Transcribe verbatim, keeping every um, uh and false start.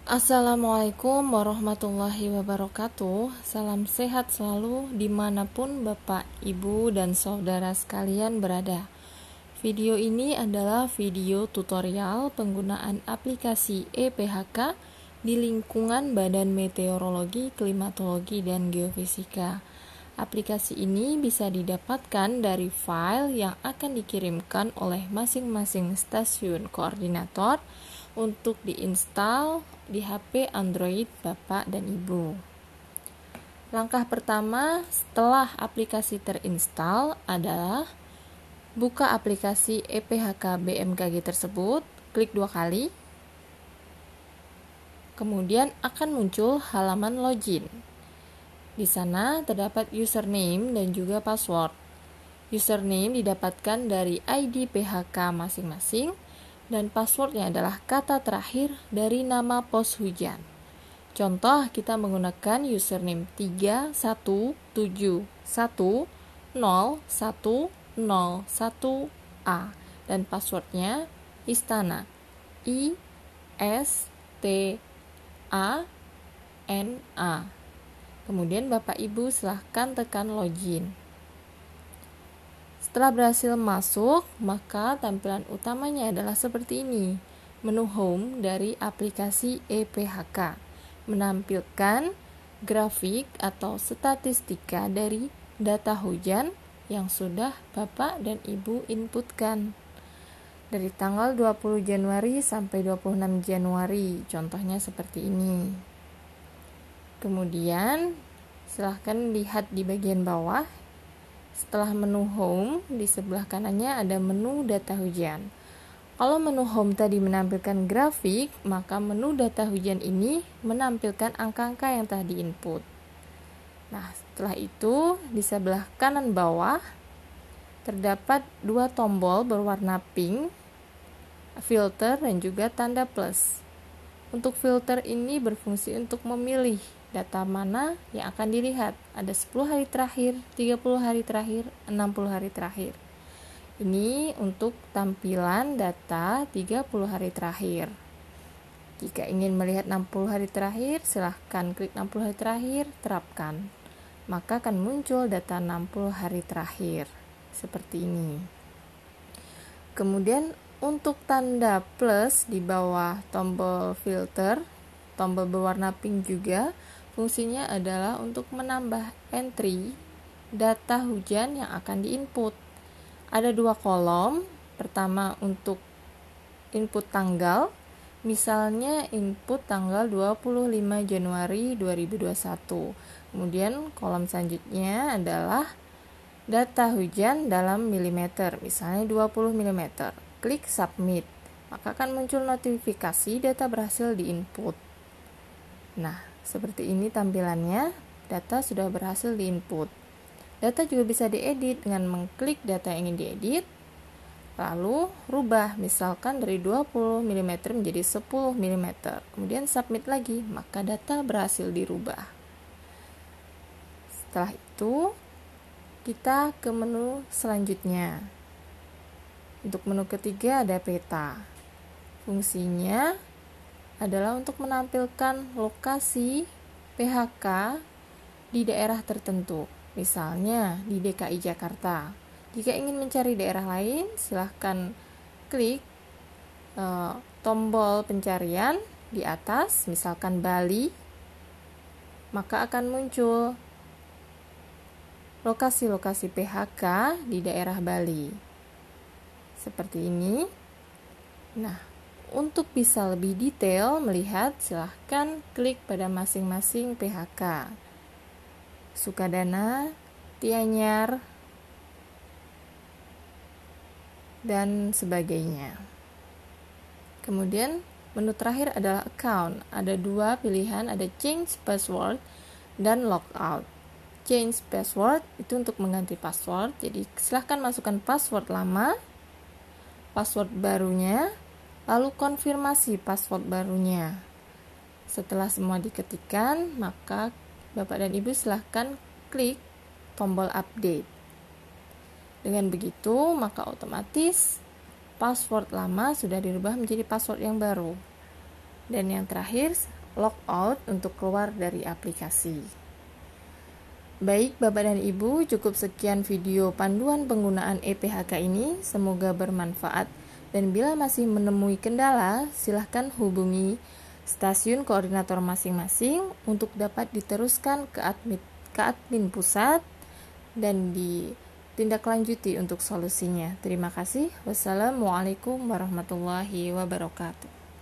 Assalamualaikum warahmatullahi wabarakatuh. Salam sehat selalu dimanapun Bapak, Ibu, dan saudara sekalian berada. Video ini adalah video tutorial penggunaan aplikasi E P H K di lingkungan Badan Meteorologi, Klimatologi, dan Geofisika. Aplikasi ini bisa didapatkan dari file yang akan dikirimkan oleh masing-masing stasiun koordinator untuk diinstal di H P Android Bapak dan Ibu. Langkah pertama setelah aplikasi terinstall adalah buka aplikasi E P H K B M K G tersebut, klik dua kali. Kemudian akan muncul halaman login. Di sana terdapat username dan juga password. Username didapatkan dari I D P H K masing-masing dan passwordnya adalah kata terakhir dari nama pos hujan. Contoh, kita menggunakan username tiga satu tujuh satu nol satu nol satu A dan passwordnya Istana, I S T A N A. Kemudian Bapak Ibu silahkan tekan login. Setelah berhasil masuk, maka tampilan utamanya adalah seperti ini. Menu home dari aplikasi E P H K menampilkan grafik atau statistika dari data hujan yang sudah Bapak dan Ibu inputkan. Dari tanggal dua puluh Januari sampai dua puluh enam Januari, contohnya seperti ini. Kemudian, silahkan lihat di bagian bawah. Setelah menu home, di sebelah kanannya ada menu data hujan. Kalau menu home tadi menampilkan grafik, maka menu data hujan ini menampilkan angka-angka yang telah diinput. Nah, setelah itu, di sebelah kanan bawah, terdapat dua tombol berwarna pink, filter dan juga tanda plus. Untuk filter ini berfungsi untuk memilih data mana yang akan dilihat. Ada sepuluh hari terakhir, tiga puluh hari terakhir, enam puluh hari terakhir. Ini untuk tampilan data tiga puluh hari terakhir. Jika ingin melihat enam puluh hari terakhir, silahkan klik enam puluh hari terakhir, terapkan. Maka akan muncul data enam puluh hari terakhir. Seperti ini. Kemudian untuk tanda plus di bawah tombol filter, tombol berwarna pink juga, fungsinya adalah untuk menambah entry data hujan yang akan diinput. Ada dua kolom, pertama untuk input tanggal, misalnya input tanggal dua puluh lima Januari dua ribu dua puluh satu. Kemudian kolom selanjutnya adalah data hujan dalam milimeter, misalnya dua puluh milimeter. Klik submit, maka akan muncul notifikasi data berhasil diinput. Nah, seperti ini tampilannya, data sudah berhasil diinput. Data juga bisa diedit dengan mengklik data yang ingin diedit, lalu rubah, misalkan dari dua puluh milimeter menjadi sepuluh milimeter. Kemudian submit lagi, maka data berhasil dirubah. Setelah itu, kita ke menu selanjutnya. Untuk menu ketiga ada peta. Fungsinya adalah untuk menampilkan lokasi P H K di daerah tertentu, misalnya di D K I Jakarta. Jika ingin mencari daerah lain, silahkan klik e, tombol pencarian di atas, misalkan Bali, maka akan muncul lokasi-lokasi P H K di daerah Bali. Seperti ini. Nah, untuk bisa lebih detail melihat, silahkan klik pada masing-masing P H K. Sukadana, Tianyar, dan sebagainya. Kemudian, menu terakhir adalah account. Ada dua pilihan, ada change password dan logout. Change password itu untuk mengganti password. Jadi, silahkan masukkan password lama, password barunya, lalu konfirmasi password barunya. Setelah semua diketikkan, maka Bapak dan Ibu silahkan klik tombol update. Dengan begitu, maka otomatis password lama sudah dirubah menjadi password yang baru. Dan yang terakhir, logout untuk keluar dari aplikasi. Baik Bapak dan Ibu, cukup sekian video panduan penggunaan E P H K ini, semoga bermanfaat. Dan bila masih menemui kendala, silahkan hubungi stasiun koordinator masing-masing untuk dapat diteruskan ke admin, ke admin pusat dan ditindaklanjuti untuk solusinya. Terima kasih. Wassalamualaikum warahmatullahi wabarakatuh.